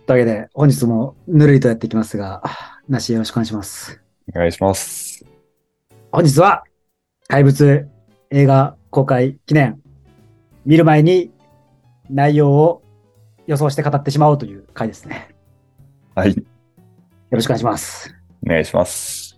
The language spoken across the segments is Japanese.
というわけで、本日もぬるりとやっていきますが、なしよろしくお願いします。 お願いします。 本日は、怪物映画公開記念、見る前に内容を予想して語ってしまおうという回ですね。 はい。 よろしくお願いします。 お願いします。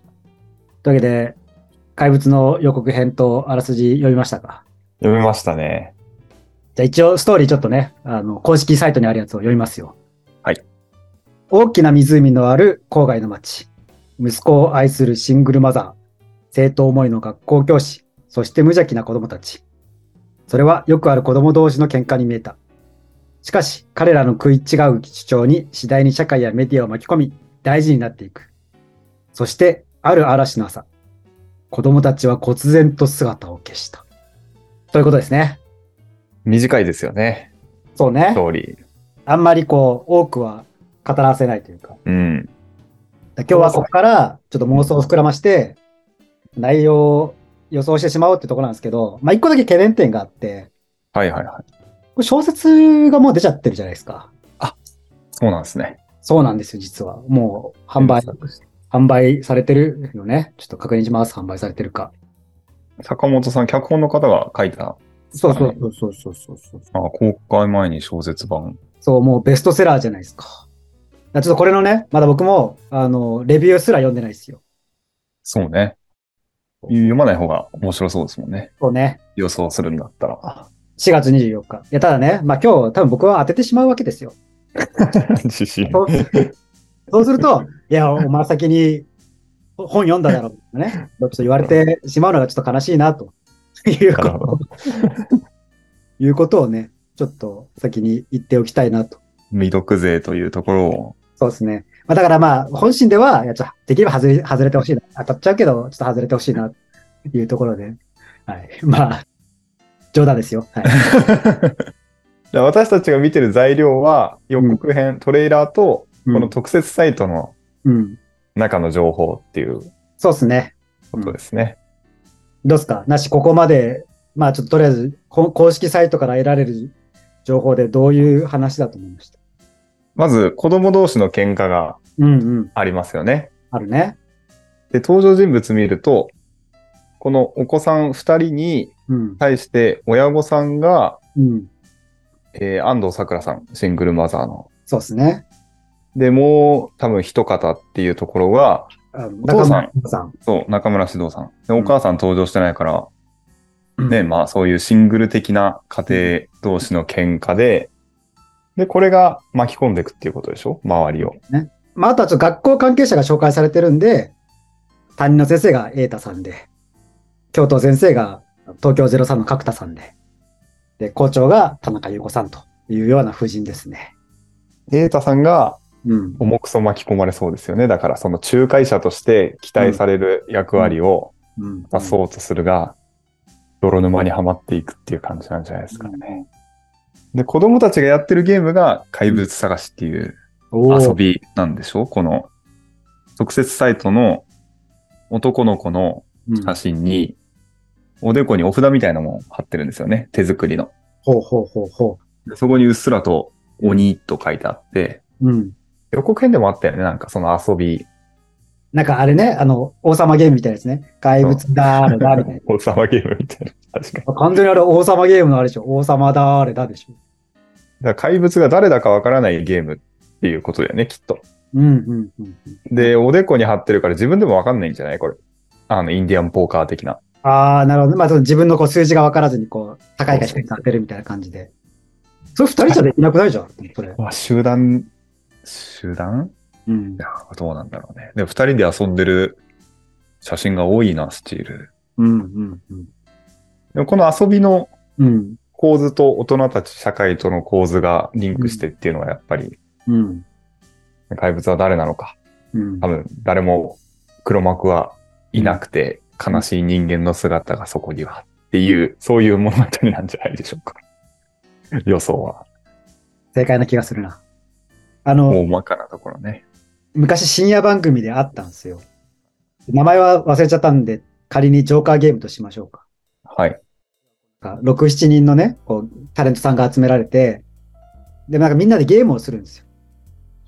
というわけで、怪物の予告編とあらすじ読みましたか？ 読みましたね。 じゃあ一応ストーリーちょっとね、公式サイトにあるやつを読みますよ。 はい。 大きな湖のある郊外の町。息子を愛するシングルマザー。生徒思いの学校教師。そして無邪気な子供たち。それはよくある子供同士の喧嘩に見えた。しかし、彼らの食い違う主張に次第に社会やメディアを巻き込み、大事になっていく。そして、ある嵐の朝。子供たちは忽然と姿を消した。ということですね。 短いですよね。 そうね。 ストーリー。 あんまり多くは語らせないというか。 うん。 今日はここからちょっと妄想を膨らまして、内容を予想してしまおうってところなんですけど、一個だけ懸念点があって、 はいはいはい。 これ小説がもう出ちゃってるじゃないですか。 あ、そうなんですね。 そうなんですよ、実は。もう販売されてるよね。ちょっと確認します。販売されてるか。 坂本さん、脚本の方が書いた、 そうそうそうそうそうそう。 公開前に小説版。 そう、もうベストセラーじゃないですか。ちょっとこれのね、まだ僕も、レビューすら読んでないですよ。 そうね。読まない方が面白そうですもんね。 そうね。 予想するんだったら。 4月24日。いや、ただね、今日多分僕は当ててしまうわけですよ。 自信。 そうすると、いや、お前先に本読んだだろうね。ちょっと言われてしまうのがちょっと悲しいなということをね、ちょっと先に言っておきたいなと。 未読勢というところを。 そうですね。だから本心では、いや、ちょっとできれば外れてほしいな。当たっちゃうけど、ちょっと外れてほしいなというところで。はい。冗談ですよ。はい。 私たちが見てる材料は予告編、トレーラーとこの特設サイトの中の情報っていうそうですね。 ことですね。 どうですか？ここまで、ちょっととりあえず公式サイトから得られる情報でどういう話だと思いました？ まず子供同士の喧嘩がありますよね。 あるね。 で、登場人物見ると、このお子さん2人に対して親御さんが、安藤サクラさん、シングルマザーの。 そうですね。 で、もう多分一方っていうところが、お父さん、そう、中村獅童さん。で、お母さん登場してないから、ね、そういうシングル的な家庭同士の喧嘩で、で、これが巻き込んでいくっていうことでしょ？周りを。 ね。あとはちょっと学校関係者が紹介されてるんで、担任の先生が瑛太さんで、教頭先生が東京03の角田さんで、校長が田中優子さんというような布陣ですね。 瑛太さんが重くそ巻き込まれそうですよね。だからその仲介者として期待される役割を出そうとするが、泥沼にはまっていくっていう感じなんじゃないですかね。で、子供たちがやってるゲームが怪物探しっていう遊びなんでしょ？この特設サイトの男の子の写真に、おでこにお札みたいなもん貼ってるんですよね。手作りの。でそこにうっすらと鬼と書いてあって、予告編でもあったよね。なんかその遊び。 あれね、王様ゲームみたいですね。怪物だーれだみたいな。 王様ゲームみたいな。確かに。 完全にあれ王様ゲームのあれでしょ。王様だーれだでしょ。 だから怪物が誰だかわからないゲームっていうことだよね、きっと。で、おでこに貼ってるから自分でもわかんないんじゃないこれ。インディアンポーカー的な。 なるほど。自分の数字がわからずに高いか低いか当てるみたいな感じで。それ二人じゃできなくないじゃん、それ。 集団いや、どうなんだろうね。でも二人で遊んでる写真が多いな、スチール。でもこの遊びの構図と大人たち社会との構図がリンクしてっていうのはやっぱり、怪物は誰なのか。多分誰も黒幕はいなくて悲しい人間の姿がそこにはっていう、そういう物語なんじゃないでしょうか。予想は。 正解な気がするな。 大まかなところね。 昔深夜番組であったんですよ。名前は忘れちゃったんで、仮にジョーカーゲームとしましょうか。 はい。 6、7人のね、タレントさんが集められて、で、みんなでゲームをするんですよ。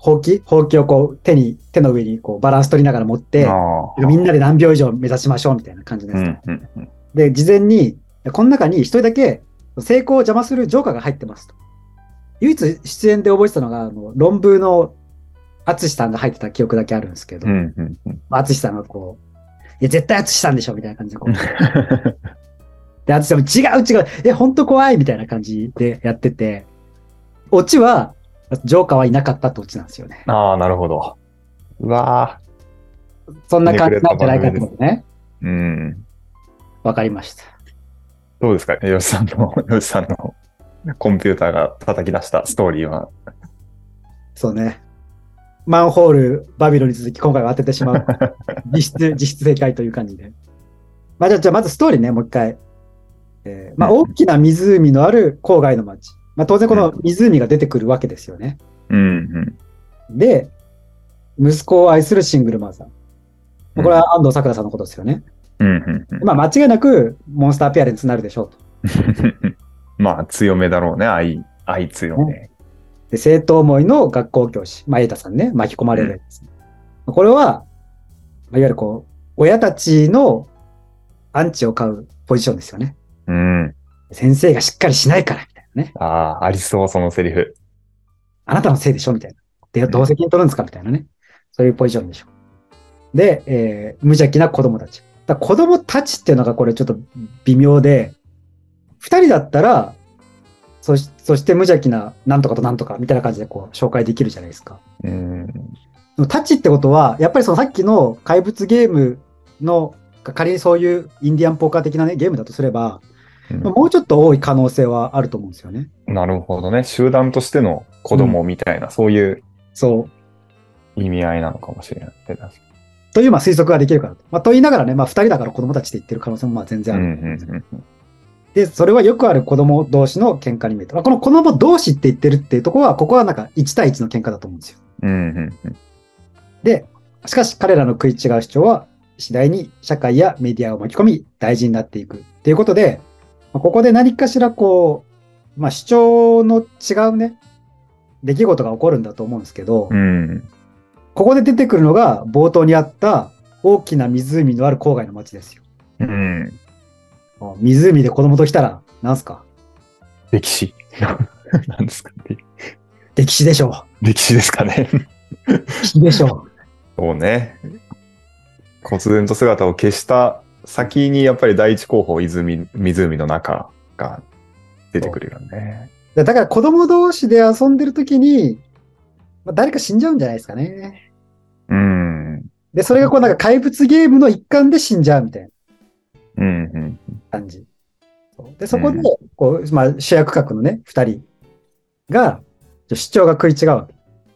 ほうきをこう手の上にこうバランス取りながら持って、みんなで何秒以上目指しましょうみたいな感じです。で、事前に、この中に一人だけ成功を邪魔するジョーカーが入ってますと。唯一出演で覚えてたのが、論文の淳さんが入ってた記憶だけあるんですけど、淳さんがこう、いや、絶対淳さんでしょみたいな感じでこう。で、淳さんも違う、本当怖いみたいな感じでやってて、オチは、ジョーカーはいなかったってオチなんですよね。 ああ、なるほど。うわぁ。そんな感じなんじゃないかってことね。わかりました。 どうですか、吉さんのコンピューターが叩き出したストーリーは。 そうね。マンホール、バビロンに続き今回は当ててしまう。実質正解という感じで。じゃあまずストーリーね、もう一回。大きな湖のある郊外の町。当然この湖が出てくるわけですよね。で、息子を愛するシングルマザー。これは安藤サクラさんのことですよね。間違いなくモンスターペアレンツになるでしょうと。 まあ強めだろうね、愛強め。 で、生徒思いの学校教師、瑛太さんね、巻き込まれるやつ。これは、いわゆるこう、親たちのアンチを買うポジションですよね。先生がしっかりしないから、みたいなね。 ありそう、そのセリフ。 あなたのせいでしょみたいな。で、どう責任取るんですかみたいなね。そういうポジションでしょ。で、無邪気な子供たち。子供たちっていうのがこれちょっと微妙で、二人だったら、そして無邪気ななんとかとなんとかみたいな感じでこう紹介できるじゃないですか。タッチってことは、やっぱりそのさっきの怪物ゲームの、仮にそういうインディアンポーカー的なね、ゲームだとすれば、もうちょっと多い可能性はあると思うんですよね。 なるほどね。集団としての子供みたいな、そういう意味合いなのかもしれない。 という推測ができるから。と言いながらね、二人だから子供たちって言ってる可能性も全然ある。で、それはよくある子供同士の喧嘩に見えた。この子供同士って言ってるっていうところは、ここはなんか1対1の喧嘩だと思うんですよ。で、しかし彼らの食い違う主張は、次第に社会やメディアを巻き込み大事になっていくっていうことで、ここで何かしらこう、主張の違うね、出来事が起こるんだと思うんですけど、ここで出てくるのが冒頭にあった大きな湖のある郊外の町ですよ。湖で子供と来たら、なんすか？ 歴史。なんですかね。 歴史でしょう。歴史ですかね。 歴史でしょう。 そうね。忽然と姿を消した先にやっぱり第一候補湖の中が出てくるよね。 だから子供同士で遊んでるときに、誰か死んじゃうんじゃないですかね。で、それがこうなんか怪物ゲームの一環で死んじゃうみたいな感じ。で、そこで、こう、主役格のね、二人が、主張が食い違うわけ。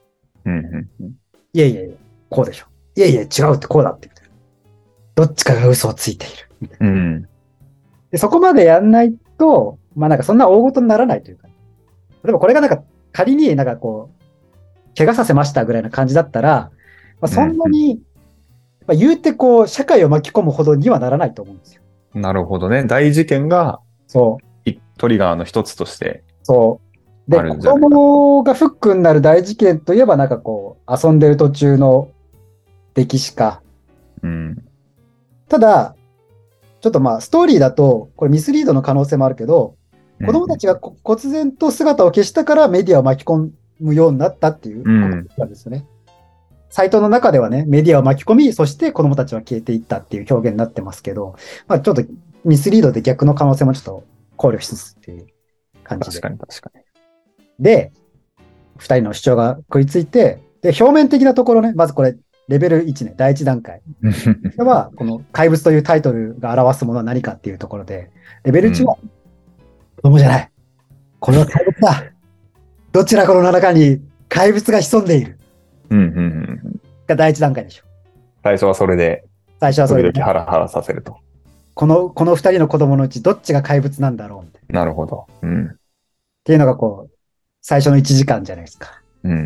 いやいやいや、こうでしょ。いやいや、違うってこうだって。どっちかが嘘をついている。で、そこまでやんないと、なんかそんな大事にならないというか。例えばこれがなんか仮になんかこう、怪我させましたぐらいな感じだったら、そんなに、言うてこう、社会を巻き込むほどにはならないと思うんですよ。 なるほどね。大事件が、トリガーの一つとして。 で、子供がフックになる大事件といえばなんかこう、遊んでる途中の歴史か。ただ、ちょっとストーリーだと、これミスリードの可能性もあるけど、子供たちが忽然と姿を消したからメディアを巻き込むようになったっていうことなんですよね。サイトの中ではね、メディアを巻き込み、そして子供たちは消えていったっていう表現になってますけど、ちょっとミスリードで逆の可能性もちょっと考慮しつつっていう感じで。 確かに。 で、二人の主張が食いついて、で、表面的なところね、まずこれ、レベル1ね、第一段階。では、この怪物というタイトルが表すものは何かっていうところで、レベル1は、子供じゃない。これは怪物だ。どちらかの中に怪物が潜んでいる。が第一段階でしょ。 最初はそれで、時々ハラハラさせると。 この二人の子供のうちどっちが怪物なんだろうみたいな。なるほど。 っていうのがこう、最初の1時間じゃないですか。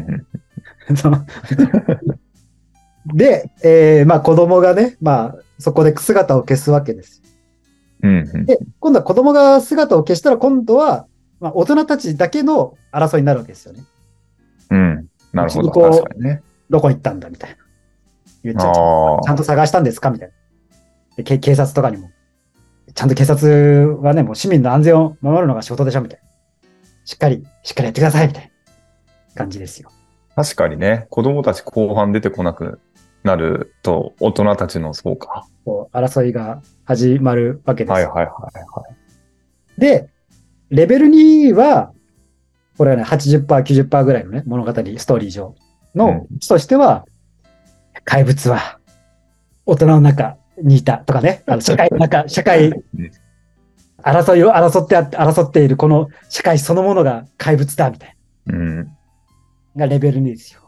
で、子供がね、そこで姿を消すわけです。で、今度は子供が姿を消したら今度は、大人たちだけの争いになるわけですよね。 なるほど。 確かにね。 どこ行ったんだみたいな。ちゃんと探したんですかみたいな。で警察とかにも。ちゃんと警察はね、もう市民の安全を守るのが仕事でしょみたいな。しっかりやってくださいみたいな感じですよ。 確かにね、子供たち後半出てこなくなると、大人たちのそうか。 争いが始まるわけです。 はいはいはいはい。 で、レベル2は、これはね、80%、90% ぐらいのね、物語、ストーリー上の、としては、怪物は大人の中にいたとかね、社会、争いを争っているこの社会そのものが怪物だみたいな。がレベル2ですよ。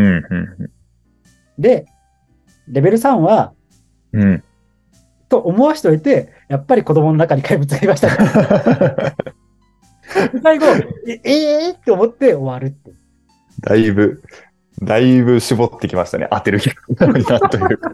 で、レベル3は、と思わしておいて、やっぱり子供の中に怪物がいました、ね。最後、って思って終わるって。 だいぶ絞ってきましたね。当てる気がないなというか。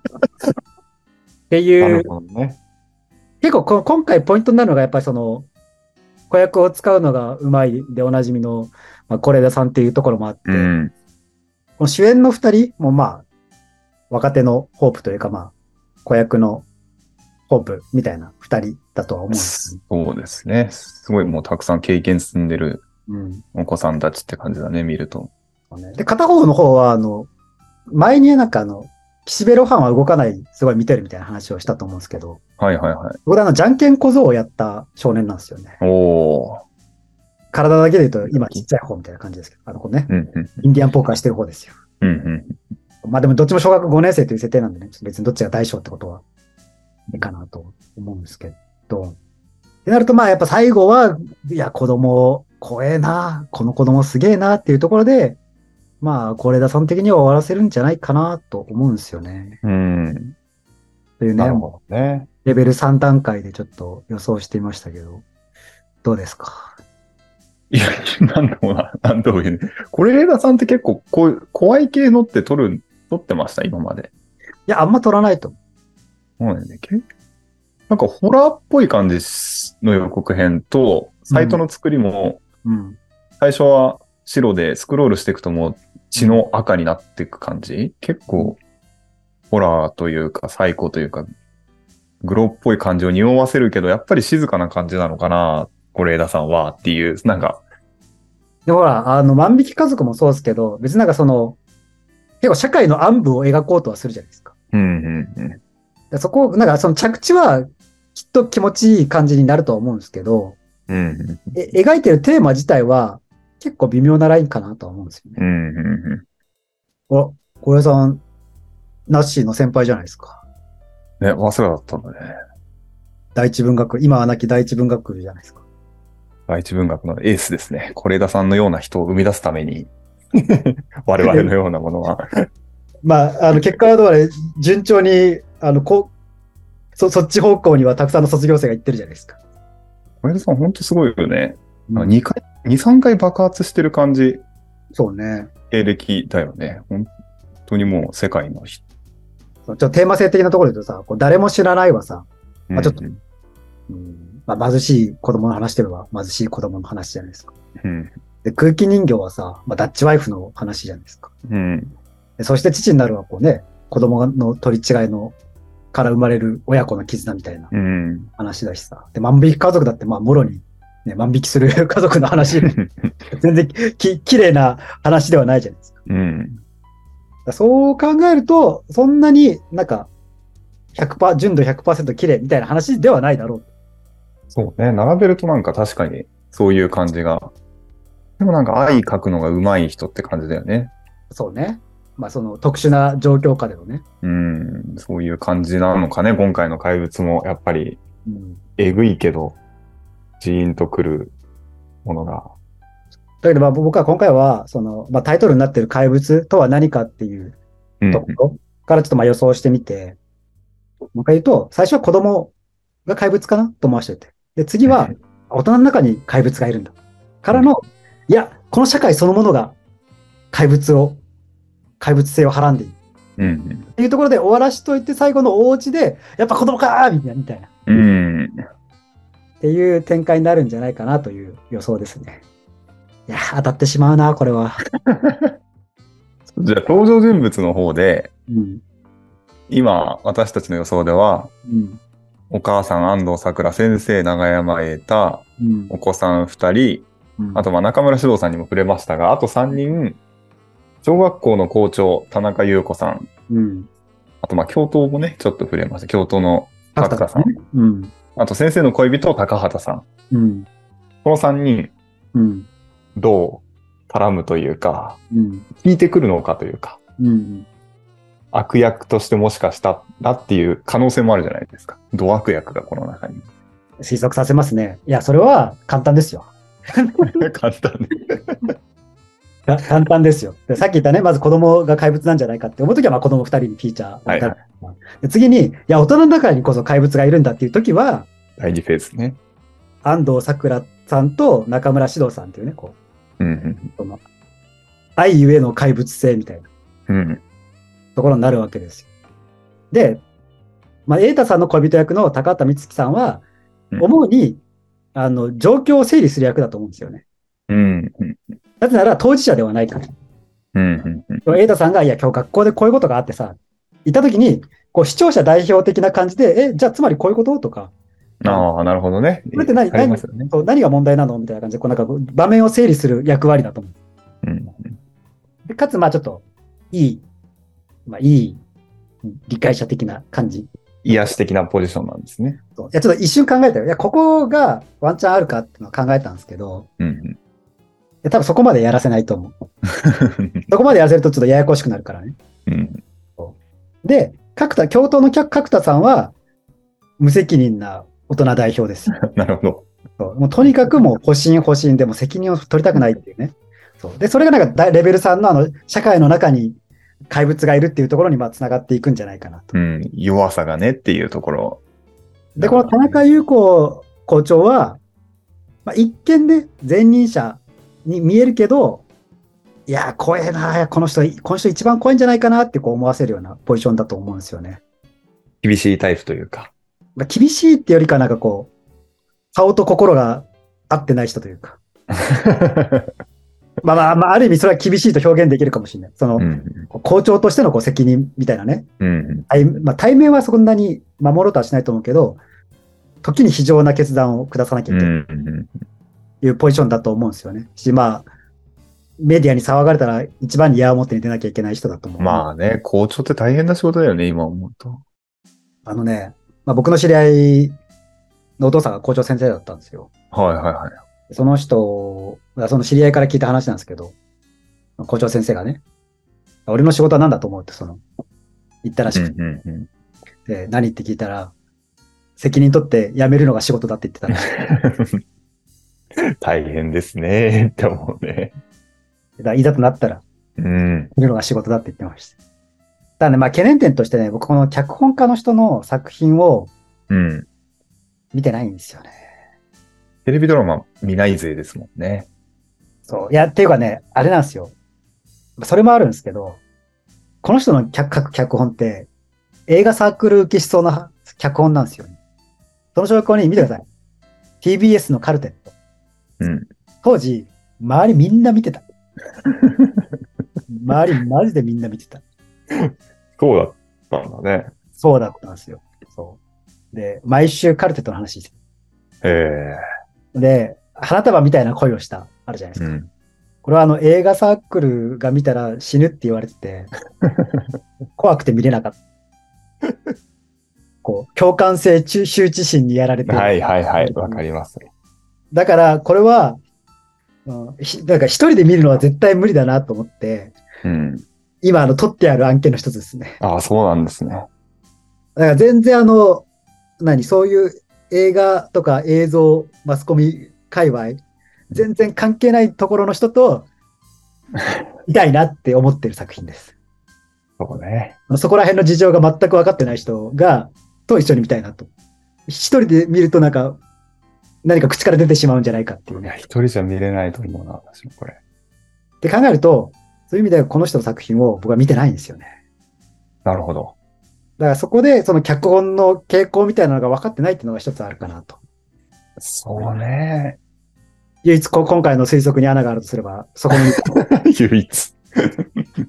っていう。ね、結構今回ポイントになるのが、やっぱりその、子役を使うのがうまいでおなじみの、是枝さんっていうところもあって、この主演の二人も若手のホープというか子役のホープみたいな二人だとは思うんです。 そうですね。すごいもうたくさん経験積んでるお子さんたちって感じだね、見ると。 で、片方の方は、前に岸辺露伴は動かない、すごい見てるみたいな話をしたと思うんですけど。 はいはいはい。 僕じゃんけん小僧をやった少年なんですよね。体だけで言うと、今ちっちゃい方みたいな感じですけど、子ね、インディアンポーカーしてる方ですよ。でもどっちも小学5年生という設定なんでね、別にどっちが大将ってことはいいかなと思うんですけど。ってなると、やっぱ最後は、いや、子供怖えな、この子供すげえなっていうところで、是枝さん的には終わらせるんじゃないかなと思うんですよね。というね、レベル3段階でちょっと予想してみましたけど、どうですか？ いや、なんとも言うね。是枝さんって結構怖い系のって撮ってました今まで。 いや、あんま撮らないと。 そうだよね。なんかホラーっぽい感じの予告編と、サイトの作りも、最初は白でスクロールしていくともう血の赤になっていく感じ、結構、ホラーというか、サイコというか、グロっぽい感じを匂わせるけど、やっぱり静かな感じなのかな、是枝さんはっていう、なんか。 で、ほら、万引き家族もそうですけど、別に結構社会の暗部を描こうとはするじゃないですか。そこ、その着地は、きっと気持ちいい感じになるとは思うんですけど、描いてるテーマ自体は、結構微妙なラインかなとは思うんですよね。是枝さん、ナッシーの先輩じゃないですか。 ね、早稲田だったんだね。 第一文学、今は亡き第一文学部じゃないですか。 第一文学のエースですね。是枝さんのような人を生み出すために、我々のようなものは。 結果はどうね、順調に、そっち方向にはたくさんの卒業生が行ってるじゃないですか。 是枝さん、ほんとすごいよね。2、3回爆発してる感じ。 そうね。 経歴だよね。本当にもう世界の人。 ちょっとテーマ性的なところで言うとさ、誰も知らないはさ、ちょっと、貧しい子供の話といえば貧しい子供の話じゃないですか。で、空気人形はさ、ダッチワイフの話じゃないですか。でそして父になるは子供の取り違いのから生まれる親子の絆みたいな話だしさ。で、万引き家族だってもろに、ね、万引きする家族の話、全然綺麗な話ではないじゃないですか。そう考えると、そんなに純度 100% 綺麗みたいな話ではないだろう。 そうね。並べると確かにそういう感じが。でも愛描くのが上手い人って感じだよね。 そうね。その特殊な状況下でのね。 そういう感じなのかね。今回の怪物もやっぱり、えぐいけど、ジーンとくるものが。 だけど僕は今回は、タイトルになっている怪物とは何かっていうところからちょっと予想してみて、もう一回言うと、最初は子供が怪物かなと思わせておいて。で、次は大人の中に怪物がいるんだ。からの、いや、この社会そのものが怪物性をはらんでいる。っていうところで終わらしといて、最後のお家で、やっぱ子供かーみたいな。っていう展開になるんじゃないかなという予想ですね。いや、当たってしまうな、これは。 じゃあ登場人物の方で、 うん、 今私たちの予想では、 うん、 お母さん安藤サクラ、先生永山瑛太、 うん、 お子さん2人、 うん、 あと中村獅童さんにも触れましたが、あと3人、小学校の校長、田中優子さん、 うん。 あと教頭もね、ちょっと触れました。教頭の角田さん。 ね。うん、 あと先生の恋人、高畑さん。 うん、 この3人、 うん、 どう絡むというか、 うん、 聞いてくるのかというか、 うん。 悪役としてもしかしたらっていう可能性もあるじゃないですか。同悪役がこの中に。 推測させますね。いや、それは簡単ですよ。 簡単ね。 簡単ですよ。でさっき言ったね、まず子供が怪物なんじゃないかって思うときは、子供2人にフィーチャーをはいはい。 で次に、いや、大人の中にこそ怪物がいるんだっていうときは、 第2フェーズね。 安藤サクラさんと中村獅童さんっていうね、 うん、 その愛ゆえの怪物性みたいなうん、 ところになるわけですよ。で、瑛太さんの恋人役の高畑充希さんは、主に、状況を整理する役だと思うんですよね。 うん、うん、 なぜなら当事者ではないから。 うん、うん、 瑛太さんが、いや、今日学校でこういうことがあってさ、いたときに、視聴者代表的な感じで、じゃあつまりこういうこととか、 ああ、なるほどね。 これって何、 ありますよね。 何が問題なのみたいな感じで、場面を整理する役割だと思う。 うん、 でかつ、ちょっと、いい、いい理解者的な感じ。 癒し的なポジションなんですね。 いや、ちょっと一瞬考えたよ。いや、ここがワンチャンあるかっていうのを考えたんですけど、 うん、 多分そこまでやらせないと思う。そこまでやらせるとちょっとややこしくなるからね。 うん、 で、教頭の角田さんは、無責任な大人代表ですよ。 なるほど。 もうとにかくもう保身でも責任を取りたくないっていうね。で、それがなんかレベル3の社会の中に怪物がいるっていうところにつながっていくんじゃないかなと。 うん、弱さがねっていうところ。 で、この田中優子校長は、一見ね、前任者に見えるけど、いや、怖えな、この人一番怖いんじゃないかなって思わせるようなポジションだと思うんですよね。 厳しいタイプというか。 厳しいってよりか顔と心が合ってない人というか。ある意味それは厳しいと表現できるかもしれない。校長としての責任みたいなね。対面はそんなに守ろうとはしないと思うけど、時に非常な決断を下さなきゃいけないというポジションだと思うんですよね。メディアに騒がれたら一番に矢面に出なきゃいけない人だと思う。 まあね、校長って大変な仕事だよね、今思うと。 僕の知り合いのお父さんが校長先生だったんですよ。 はいはいはい。 その知り合いから聞いた話なんですけど、校長先生がね、俺の仕事は何だと思うって言ったらしくて、で、何って聞いたら、責任取って辞めるのが仕事だって言ってたらしい。 大変ですねって思うね。 いざとなったら、辞めるのが仕事だって言ってました。ただね、懸念点としてね、僕この脚本家の人の作品を見てないんですよね。 テレビドラマ見ない勢ですもんね。 そう。いや、っていうかね、あれなんですよ。それもあるんですけど、この人の脚本って、映画サークル受けしそうな脚本なんですよ、ね。その証拠に見てください。TBS のカルテット。当時、周りみんな見てた。周りマジでみんな見てた。 そうだったんだね。 そうだったんですよ。そう。で、毎週カルテットの話してで、花束みたいな恋をした、あるじゃないですか。これは映画サークルが見たら死ぬって言われてて、怖くて見れなかった。共感性羞恥心にやられて。 はいはいはい、わかります。 だから、これは、なんか一人で見るのは絶対無理だなと思って、今取ってある案件の一つですね。 ああ、そうなんですね。だから全然そういう映画とか映像、マスコミ界隈、全然関係ないところの人と、見たいなって思ってる作品です。 そうね。 そこら辺の事情が全く分かってない人と一緒に見たいなと。一人で見ると何か口から出てしまうんじゃないかっていうね。 一人じゃ見れないと思うな、私もこれ。 って考えると、そういう意味ではこの人の作品を僕は見てないんですよね。 なるほど。 だからそこでその脚本の傾向みたいなのが分かってないっていうのが一つあるかなと。 そうね。 唯一今回の推測に穴があるとすれば、そこに。 唯一。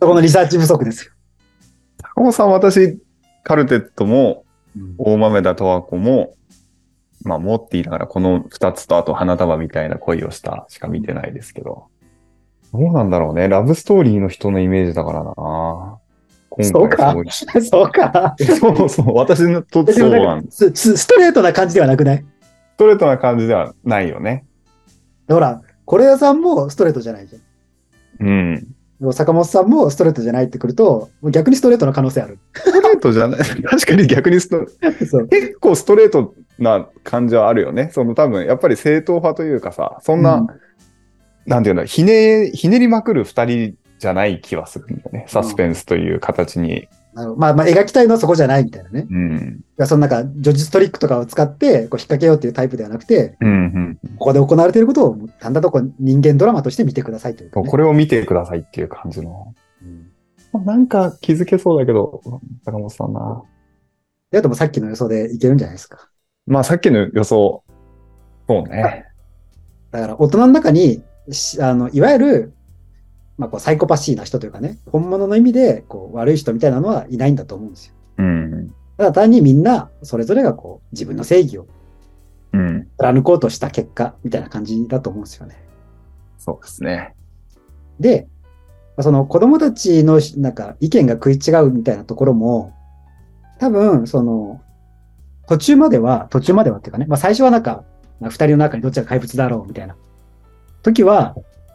そこのリサーチ不足ですよ。 坂本さん、私、カルテットも、大豆田十和子も、まあ、もって言いながら、この2つと、あと花束みたいな恋をしたしか見てないですけど。どうなんだろうね。ラブストーリーの人のイメージだからな。 そうかそうかそうそう。私のとそうなんです。 ストレートな感じではなくない？ ストレートな感じではないよね。 ほら、是枝さんもストレートじゃないじゃん。 うん。 でも坂本さんもストレートじゃないってくると、逆にストレートな可能性ある。 ストレートじゃない。確かに逆に結構ストレートな感じはあるよね。その多分、やっぱり正統派というかさ、そんな、なんていうの、ひねりまくる二人じゃない気はするんだよね。サスペンスという形に。 まあ、描きたいのはそこじゃないみたいなね。そのなんか、叙述トリックとかを使って、こう引っ掛けようっていうタイプではなくて、ここで行われていることを、なんだと人間ドラマとして見てくださいという、 ね。これを見てくださいっていう感じの。なんか気づけそうだけど、坂本さんな。 でもさっきの予想でいけるんじゃないですか。 まあさっきの予想、そうね。 だから大人の中に、いわゆる、まあ、こうサイコパシーな人というかね、本物の意味でこう悪い人みたいなのはいないんだと思うんですよ。ただ単にみんなそれぞれがこう自分の正義を貫こうとした結果みたいな感じだと思うんですよね。 そうですね。 で、その子供たちのなんか意見が食い違うみたいなところも、多分その途中まではっていうかね、まあ最初はなんか、二人の中にどっちが怪物だろうみたいな時は、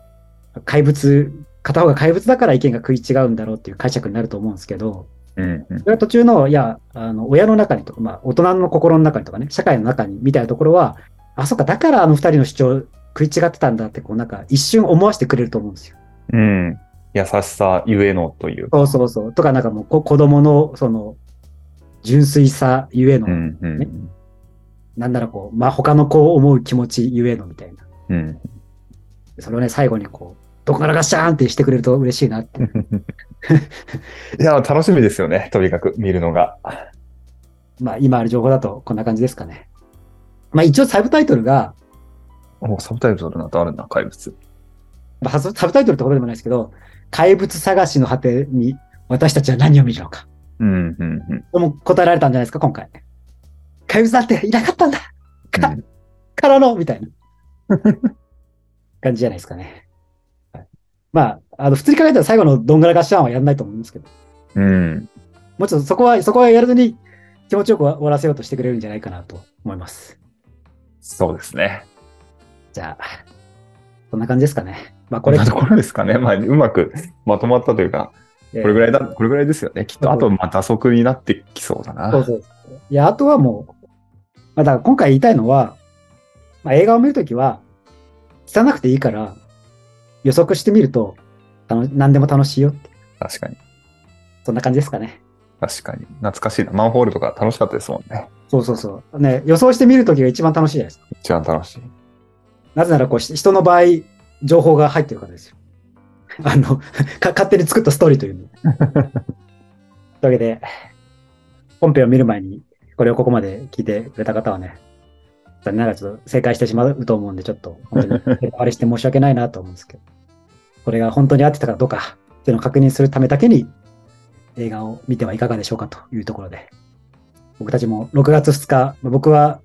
片方が怪物だから意見が食い違うんだろうっていう解釈になると思うんですけど、それは途中の、親の中にとか、まあ大人の心の中にとかね、社会の中にみたいなところは、あ、そっか、だからあの二人の主張食い違ってたんだって、こうなんか一瞬思わせてくれると思うんですよ。 優しさゆえのというか。そう。とかなんかもう子供のその純粋さゆえの、ね。なんならこう、まあ他の子を思う気持ちゆえのみたいな。それをね、最後にこう、どこからガッシャーンってしてくれると嬉しいなって。 いや、楽しみですよね。とにかく見るのが。 まあ今ある情報だとこんな感じですかね。まあ一応サブタイトルが、 サブタイトルなんてあるんだ、怪物。 サブタイトルってことでもないですけど、怪物探しの果てに私たちは何を見るのか。とも答えられたんじゃないですか、今回。怪物なんていなかったんだからのみたいな感じじゃないですかね。まあ、普通に考えたら最後のどんがらガッシャーンはやらないと思うんですけど。もうちょっとそこはやらずに気持ちよく終わらせようとしてくれるんじゃないかなと思います。 そうですね。 じゃあ、こんな感じですかね。まあこんなところですかね。まあ、うまくまとまったというか、これぐらいですよね。きっと、あと、打足になってきそうだな。 そう。いや、あとはもう、だから今回言いたいのは、映画を見るときは、汚くていいから、予測してみると、何でも楽しいよって。 確かに。 そんな感じですかね。 確かに。懐かしいな。マンホールとか楽しかったですもんね。 そう。ね、予想してみるときが一番楽しいじゃないですか。 一番楽しい。 なぜなら、人の場合、情報が入ってるからですよ。勝手に作ったストーリーというの。というわけで、本編を見る前に、これをここまで聞いてくれた方はね、残念ながらちょっと正解してしまうと思うんで、ちょっと本当にあれして申し訳ないなと思うんですけど、これが本当に合ってたかどうかっていうのを確認するためだけに映画を見てはいかがでしょうかというところで、僕たちも6月2日、僕は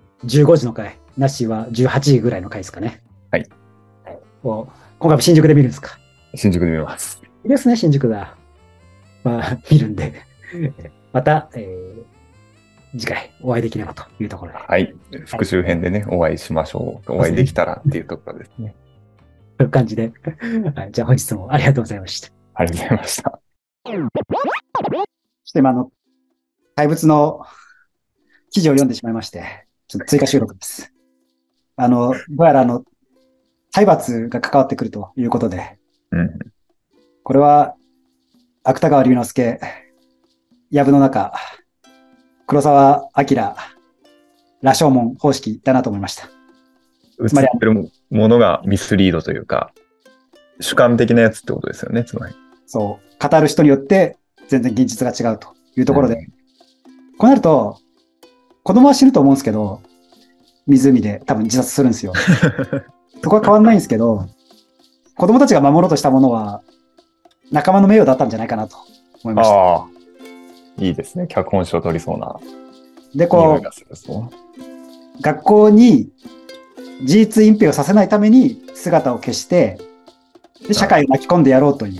15時の回、なしは18時ぐらいの回ですかね。 はい。 今回も新宿で見るんですか？ 新宿で見ます。 いいですね、新宿だ。まあ、見るんで。また、次回お会いできればというところで。 はい。復習編でね、お会いしましょう。お会いできたらっていうところですね。 という感じで。はい、じゃあ本日もありがとうございました。 ありがとうございました。 そして今怪物の記事を読んでしまいまして、ちょっと追加収録です。どうやら体罰が関わってくるということで、これは、芥川龍之介、藪の中、黒澤明、羅生門方式だなと思いました。 つまり、映ってるものがミスリードというか、主観的なやつってことですよね、つまり。 そう。語る人によって全然現実が違うというところで、こうなると、子供は死ぬと思うんですけど、湖で多分自殺するんですよ。そこは変わんないんですけど、子供たちが守ろうとしたものは、 仲間の名誉だったんじゃないかなと思いました。 ああ、いいですね。脚本賞を取りそうな。 で、こう、学校に事実隠蔽をさせないために姿を消して、で、社会を巻き込んでやろうという。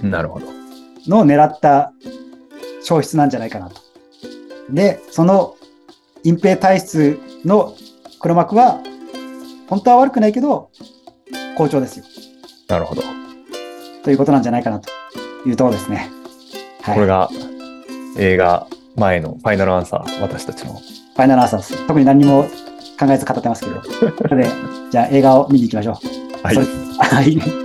なるほど。 のを狙った消失なんじゃないかなと。で、その隠蔽体質の黒幕は、本当は悪くないけど、好調ですよ。 なるほど。 ということなんじゃないかなというところですね。 はい、これが映画前のファイナルアンサー、私たちの。ファイナルアンサーです。特に何も考えず語ってますけど。で、じゃあ映画を見に行きましょう。 はい。 はい。